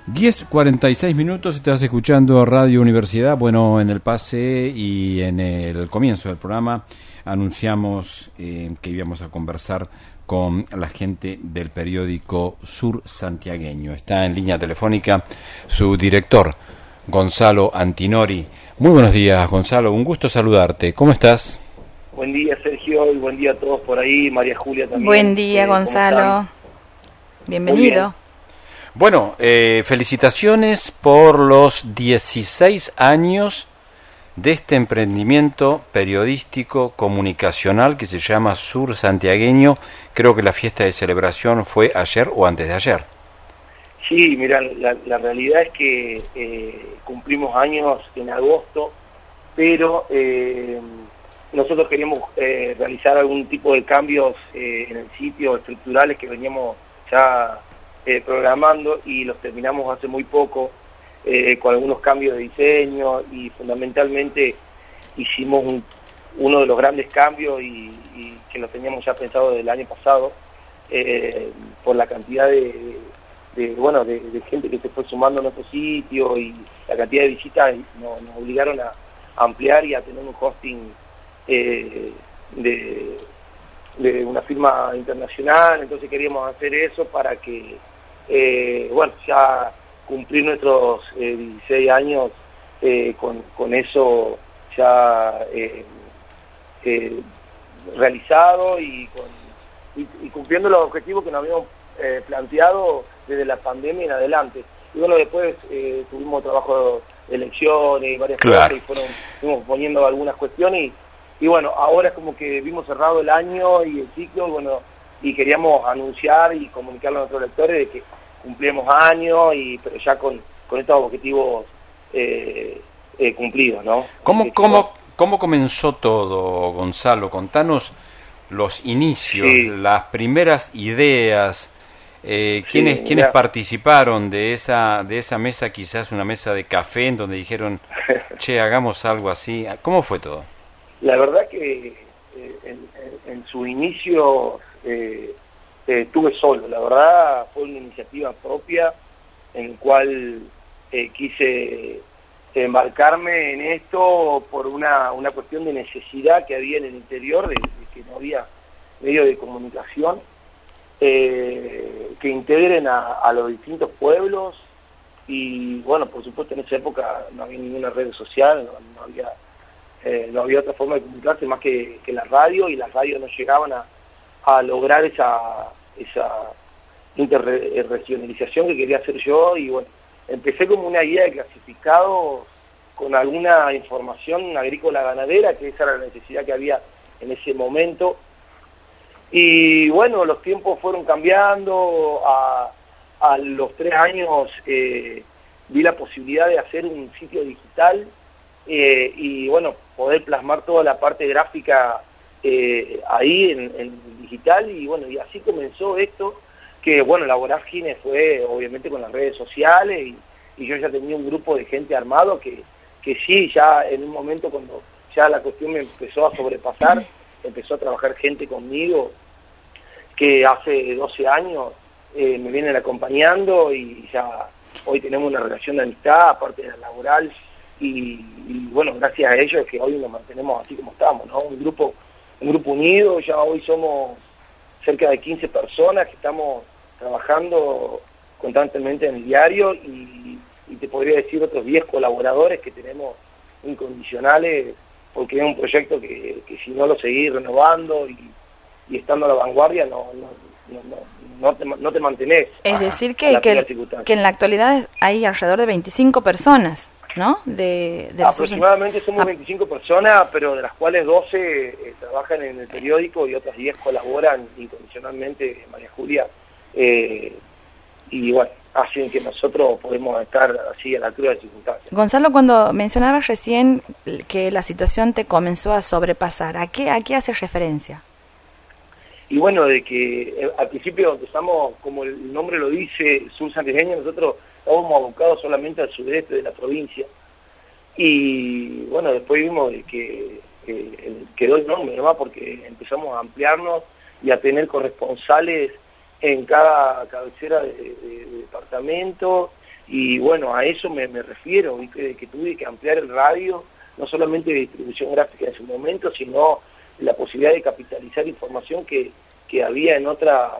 10:46, estás escuchando Radio Universidad. Bueno, en el pase y en el comienzo del programa anunciamos que íbamos a conversar con la gente del periódico Sur Santiagueño. Está en línea telefónica su director, Gonzalo Antinori. Muy buenos días, Gonzalo, un gusto saludarte. ¿Cómo estás? Buen día, Sergio, y buen día a todos por ahí, María Julia también. Buen día, Gonzalo. Bienvenido. Bueno, felicitaciones por los 16 años de este emprendimiento periodístico comunicacional que se llama Sur Santiagueño. Creo que la fiesta de celebración fue ayer o antes de ayer. Sí, mira, la realidad es que cumplimos años en agosto, pero nosotros queríamos realizar algún tipo de cambios en el sitio, estructurales que veníamos ya programando, y los terminamos hace muy poco con algunos cambios de diseño, y fundamentalmente hicimos uno de los grandes cambios y que lo teníamos ya pensado desde el año pasado, por la cantidad de gente que se fue sumando a nuestro sitio y la cantidad de visitas. Nos obligaron a ampliar y a tener un hosting de una firma internacional. Entonces queríamos hacer eso para que ya cumplir nuestros 16 años con eso ya realizado y cumpliendo los objetivos que nos habíamos planteado desde la pandemia en adelante. Y bueno, después tuvimos trabajo de elecciones y varias cosas, y fuimos poniendo algunas cuestiones y bueno, ahora es como que vimos cerrado el año y el ciclo, y queríamos anunciar y comunicarle a nuestros lectores de que cumplimos años, pero ya con estos objetivos cumplidos, ¿no? ¿Cómo comenzó todo, Gonzalo? Contanos los inicios, sí, las primeras ideas, ¿quiénes participaron de esa mesa, quizás una mesa de café en donde dijeron, che, hagamos algo así? ¿Cómo fue todo? La verdad que en su inicio estuve solo. La verdad fue una iniciativa propia en la cual quise embarcarme en esto por una cuestión de necesidad que había en el interior, de que no había medio de comunicación que integren a los distintos pueblos. Y bueno, por supuesto en esa época no había ninguna red social, no había otra forma de comunicarse más que la radio, y las radios no llegaban a lograr esa interregionalización que quería hacer yo. Y bueno, empecé como una guía de clasificados con alguna información agrícola ganadera, que esa era la necesidad que había en ese momento. Y bueno, los tiempos fueron cambiando. A los 3 años vi la posibilidad de hacer un sitio digital y bueno, poder plasmar toda la parte gráfica ahí en digital. Y bueno, y así comenzó esto, que bueno, la vorágine fue obviamente con las redes sociales, y yo ya tenía un grupo de gente armado que sí, ya en un momento cuando ya la cuestión me empezó a sobrepasar, empezó a trabajar gente conmigo que hace 12 años me vienen acompañando, y ya hoy tenemos una relación de amistad, aparte de la laboral, y bueno, gracias a ellos es que hoy nos mantenemos así como estamos, ¿no? Un grupo unido. Ya hoy somos cerca de 15 personas que estamos trabajando constantemente en el diario, y te podría decir otros 10 colaboradores que tenemos incondicionales, porque es un proyecto que si no lo seguís renovando y estando a la vanguardia no te mantenés. Es decir que en la actualidad hay alrededor de 25 personas, ¿no? Aproximadamente somos 25 personas, pero de las cuales 12 trabajan en el periódico y otras 10 colaboran incondicionalmente, María Julia, y bueno, hacen que nosotros podemos estar así a la altura de las circunstancias. Gonzalo, cuando mencionabas recién que la situación te comenzó a sobrepasar, ¿a qué hace referencia? Y bueno, de que al principio empezamos, como el nombre lo dice, Sur Santiagueño, nosotros estábamos abocados solamente al sudeste de la provincia. Y bueno, después vimos de que quedó el nombre, ¿no? Porque empezamos a ampliarnos y a tener corresponsales en cada cabecera de departamento, Y bueno, a eso me refiero, ¿viste? De que tuve que ampliar el radio, no solamente de distribución gráfica en su momento, sino la posibilidad de capitalizar información que había en otras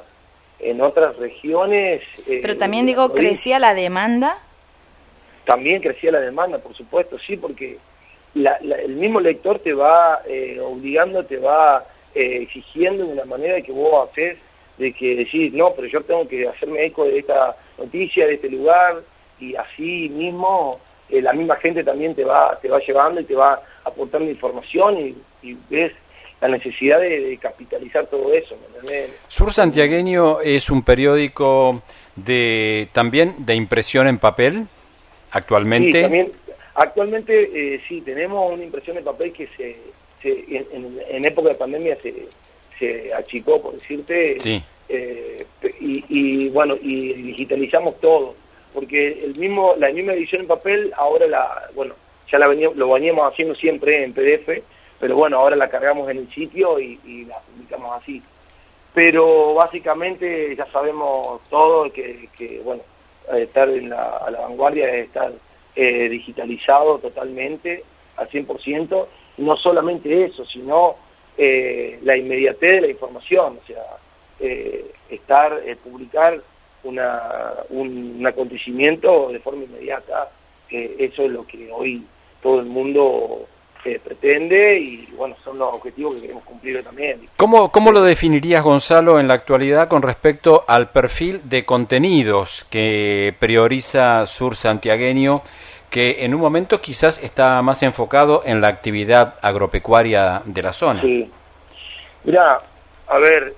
regiones. Pero también digo, ¿crecía la demanda? También crecía la demanda, por supuesto, sí, porque el mismo lector te va obligando, te va exigiendo de una manera de que vos haces, de que decís, no, pero yo tengo que hacerme eco de esta noticia, de este lugar, y así mismo la misma gente también te va llevando y te va aportando información y ves la necesidad de capitalizar todo eso, ¿me entendés? Sur Santiagueño es un periódico también de impresión en papel, actualmente. Sí, también, actualmente sí, tenemos una impresión en papel que en época de pandemia se achicó, por decirte, sí. Y bueno, y digitalizamos todo, porque la misma edición en papel, ahora ya lo veníamos haciendo siempre en PDF, pero bueno, ahora la cargamos en el sitio y la publicamos así. Pero básicamente ya sabemos todo que bueno, estar a la vanguardia es estar digitalizado totalmente, al 100%, no solamente eso, sino la inmediatez de la información, o sea, publicar un acontecimiento de forma inmediata, eso es lo que hoy todo el mundo pretende y bueno, son los objetivos que queremos cumplir también. ¿Cómo lo definirías, Gonzalo, en la actualidad con respecto al perfil de contenidos que prioriza Sur Santiagueño, que en un momento quizás está más enfocado en la actividad agropecuaria de la zona? Sí. Mirá, a ver,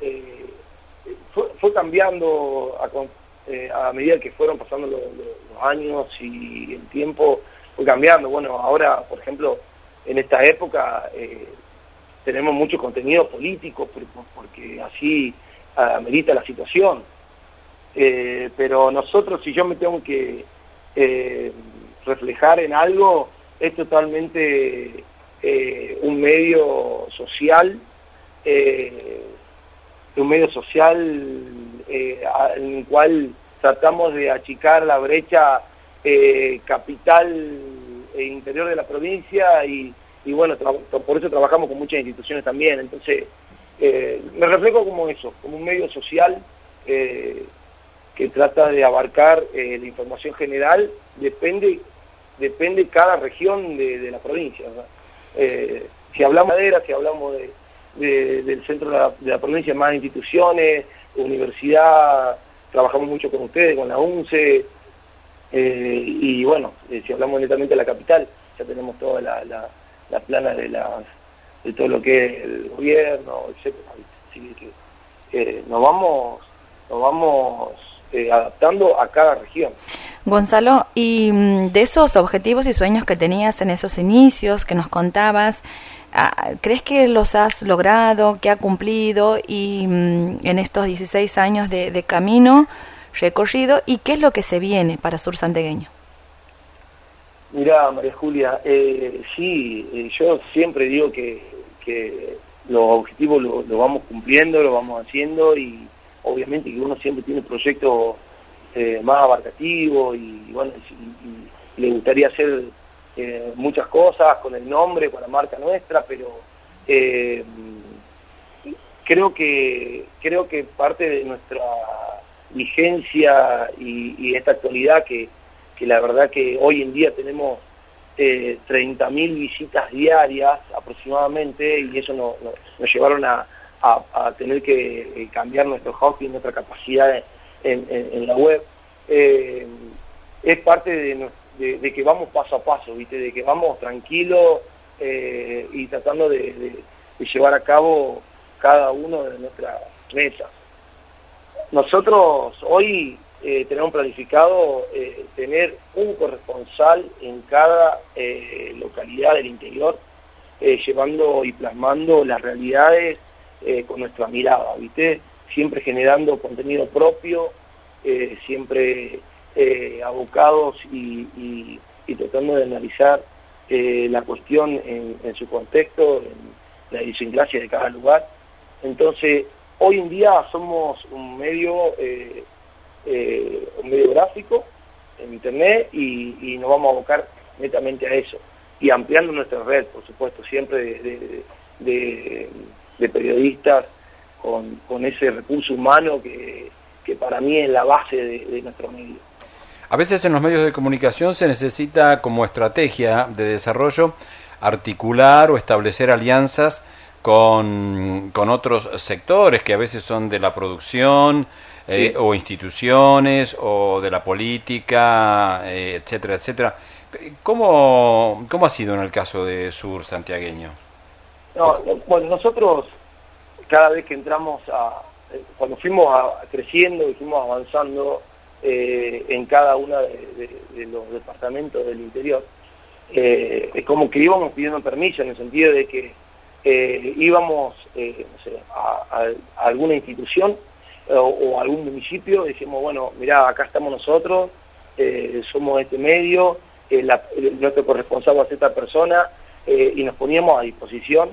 fue cambiando a medida que fueron pasando los años y el tiempo, fue cambiando. Bueno, ahora, por ejemplo, en esta época tenemos mucho contenido político porque así amerita la situación. Pero nosotros, si yo me tengo que reflejar en algo, es totalmente un medio social, en el cual tratamos de achicar la brecha capital e interior de la provincia y bueno, por eso trabajamos con muchas instituciones también. Entonces, me reflejo como eso, como un medio social que trata de abarcar la información general, depende cada región de la provincia, ¿verdad? Si hablamos de madera, si hablamos del centro de la provincia, más instituciones, universidad, trabajamos mucho con ustedes, con la UNCE, y bueno, si hablamos netamente de la capital, ya tenemos toda la plana de todo lo que es el gobierno, etcétera. Así que nos vamos adaptando a cada región. Gonzalo, y de esos objetivos y sueños que tenías en esos inicios que nos contabas, ¿crees que los has logrado, que ha cumplido y en estos 16 años de camino recorrido, y qué es lo que se viene para Sur Santiagueño? Mirá, María Julia, sí, yo siempre digo que los objetivos lo vamos cumpliendo, lo vamos haciendo, y obviamente que uno siempre tiene proyectos más abarcativos y bueno, y le gustaría hacer muchas cosas con el nombre, con la marca nuestra, pero creo que parte de nuestra vigencia y esta actualidad que la verdad que hoy en día tenemos 30.000 visitas diarias aproximadamente, y eso nos llevaron a tener que cambiar nuestro hosting, nuestra capacidad en la web. Es parte de que vamos paso a paso, ¿viste? De que vamos tranquilos y tratando de llevar a cabo cada uno de nuestras metas. Nosotros hoy tenemos planificado tener un corresponsal en cada localidad del interior, llevando y plasmando las realidades con nuestra mirada, ¿viste? Siempre generando contenido propio, siempre abocados y tratando de analizar la cuestión en su contexto, en la idiosincrasia de cada lugar. Entonces, hoy en día somos un medio gráfico en Internet y nos vamos a abocar netamente a eso. Y ampliando nuestra red, por supuesto, siempre de periodistas con ese recurso humano que para mí es la base de nuestro medio. A veces en los medios de comunicación se necesita como estrategia de desarrollo articular o establecer alianzas con otros sectores que a veces son de la producción, sí, o instituciones o de la política, etcétera, etcétera. ¿Cómo ha sido en el caso de Sur Santiagueño? Bueno, nosotros cada vez que entramos cuando fuimos creciendo y fuimos avanzando en cada uno de los departamentos del interior, es como que íbamos pidiendo permiso, en el sentido de que íbamos no sé, a alguna institución o a algún municipio, decimos, bueno, mirá, acá estamos nosotros, somos este medio, nuestro corresponsal va a ser esta persona, y nos poníamos a disposición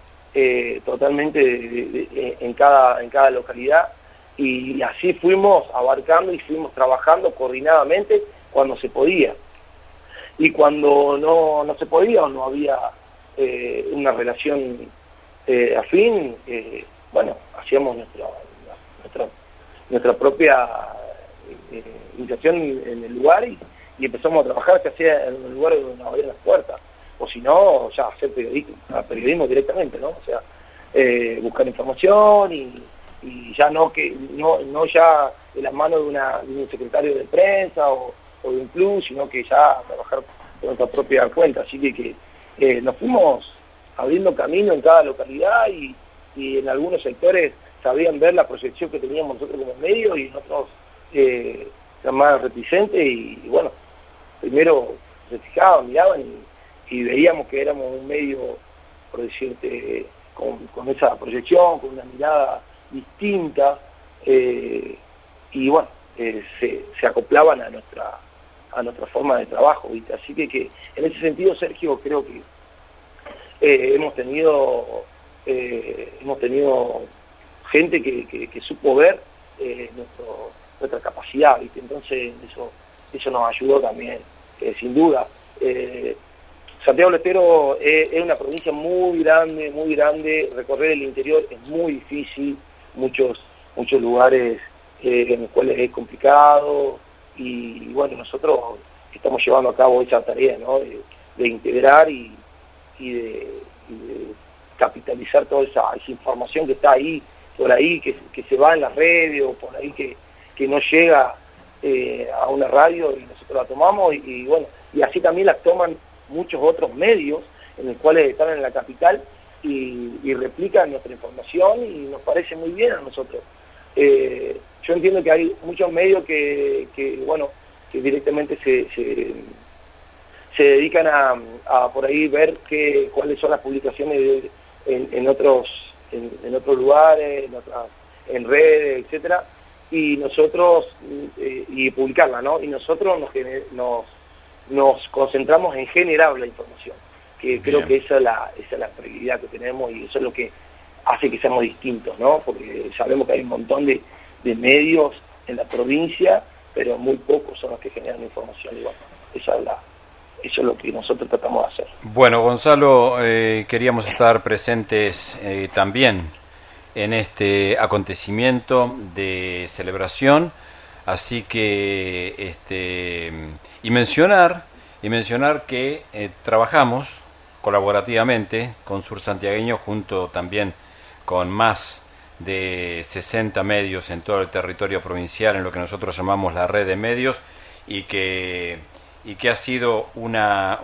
totalmente en cada localidad, y así fuimos abarcando y fuimos trabajando coordinadamente cuando se podía. Y cuando no se podía o no había una relación afín, bueno, hacíamos nuestra propia iniciación en el lugar y empezamos a trabajar, que hacía en el lugar donde nos abrían las puertas, o si no, ya hacer periodismo directamente, ¿no? O sea, buscar información y ya no ya de la mano de un secretario de prensa o de un club, sino que ya trabajar por nuestra propia cuenta. Así que nos fuimos abriendo camino en cada localidad y en algunos sectores sabían ver la proyección que teníamos nosotros como medio y nosotros eran más reticentes y bueno, primero se fijaban, miraban y veíamos que éramos un medio, por decirte, con esa proyección, con una mirada distinta, y bueno, se acoplaban a nuestra forma de trabajo, ¿viste? Así que en ese sentido, Sergio, creo que hemos tenido gente que supo ver nuestra capacidad, ¿viste? Entonces eso nos ayudó también, sin duda. Santiago del Estero es una provincia muy grande, recorrer el interior es muy difícil, muchos lugares en los cuales es complicado, y bueno, nosotros estamos llevando a cabo esa tarea, ¿no? de integrar y de capitalizar toda esa información que está ahí, por ahí, que se va en las redes, o por ahí que no llega a una radio y nosotros la tomamos, y bueno, y así también las toman muchos otros medios en los cuales están en la capital y replican nuestra información, y nos parece muy bien a nosotros. Yo entiendo que hay muchos medios que directamente se dedican a por ahí ver cuáles son las publicaciones en otros lugares, en redes, etcétera, y nosotros y publicarla, ¿no? Y nosotros nos concentramos en generar la información, que bien. Creo que esa es la prioridad que tenemos, y eso es lo que hace que seamos distintos, ¿no? Porque sabemos que hay un montón de medios en la provincia, pero muy pocos son los que generan información, y bueno, eso es lo que nosotros tratamos de hacer. Bueno, Gonzalo, queríamos estar presentes también en este acontecimiento de celebración, así que y mencionar que trabajamos colaborativamente con Sur Santiagueño, junto también con más de 60 medios en todo el territorio provincial, en lo que nosotros llamamos la red de medios, y que ha sido una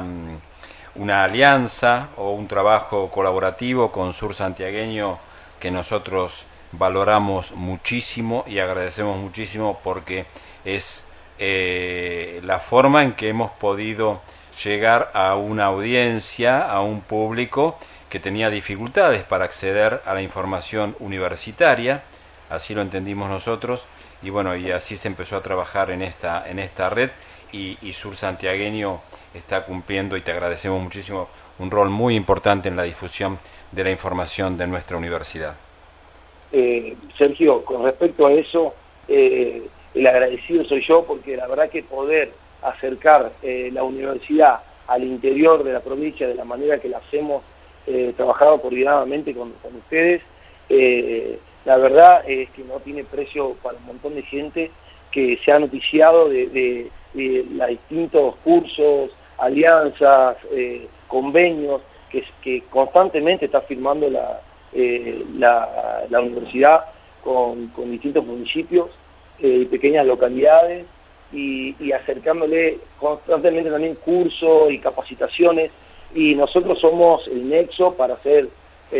alianza o un trabajo colaborativo con Sur Santiagueño que nosotros valoramos muchísimo y agradecemos muchísimo, porque es la forma en que hemos podido llegar a una audiencia, a un público que tenía dificultades para acceder a la información universitaria, así lo entendimos nosotros, y bueno, y así se empezó a trabajar en esta red, y Sur Santiagueño está cumpliendo, y te agradecemos muchísimo, un rol muy importante en la difusión de la información de nuestra universidad. Sergio, con respecto a eso, el agradecido soy yo, porque la verdad que poder acercar la universidad al interior de la provincia de la manera que la hacemos, trabajado coordinadamente con ustedes, la verdad es que no tiene precio para un montón de gente que se ha noticiado de los distintos cursos, alianzas, convenios que constantemente está firmando la universidad con distintos municipios y pequeñas localidades, y acercándole constantemente también cursos y capacitaciones, y nosotros somos el nexo para hacer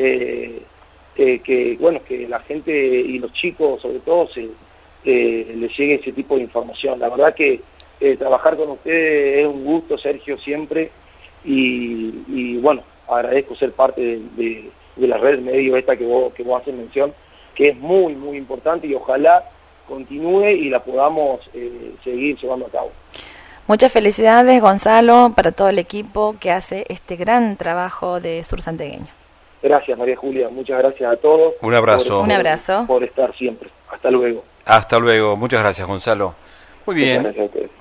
que la gente y los chicos sobre todo les llegue ese tipo de información. La verdad que trabajar con ustedes es un gusto, Sergio, siempre, y bueno, agradezco ser parte de la red medio esta que vos haces mención, que es muy, muy importante, y ojalá continúe y la podamos seguir llevando a cabo. Muchas felicidades, Gonzalo, para todo el equipo que hace este gran trabajo de Sur Santegueño. Gracias, María Julia, muchas gracias a todos. Un abrazo. Un abrazo. Por estar siempre. Hasta luego. Hasta luego. Muchas gracias, Gonzalo. Muy bien. Muchas gracias a ustedes.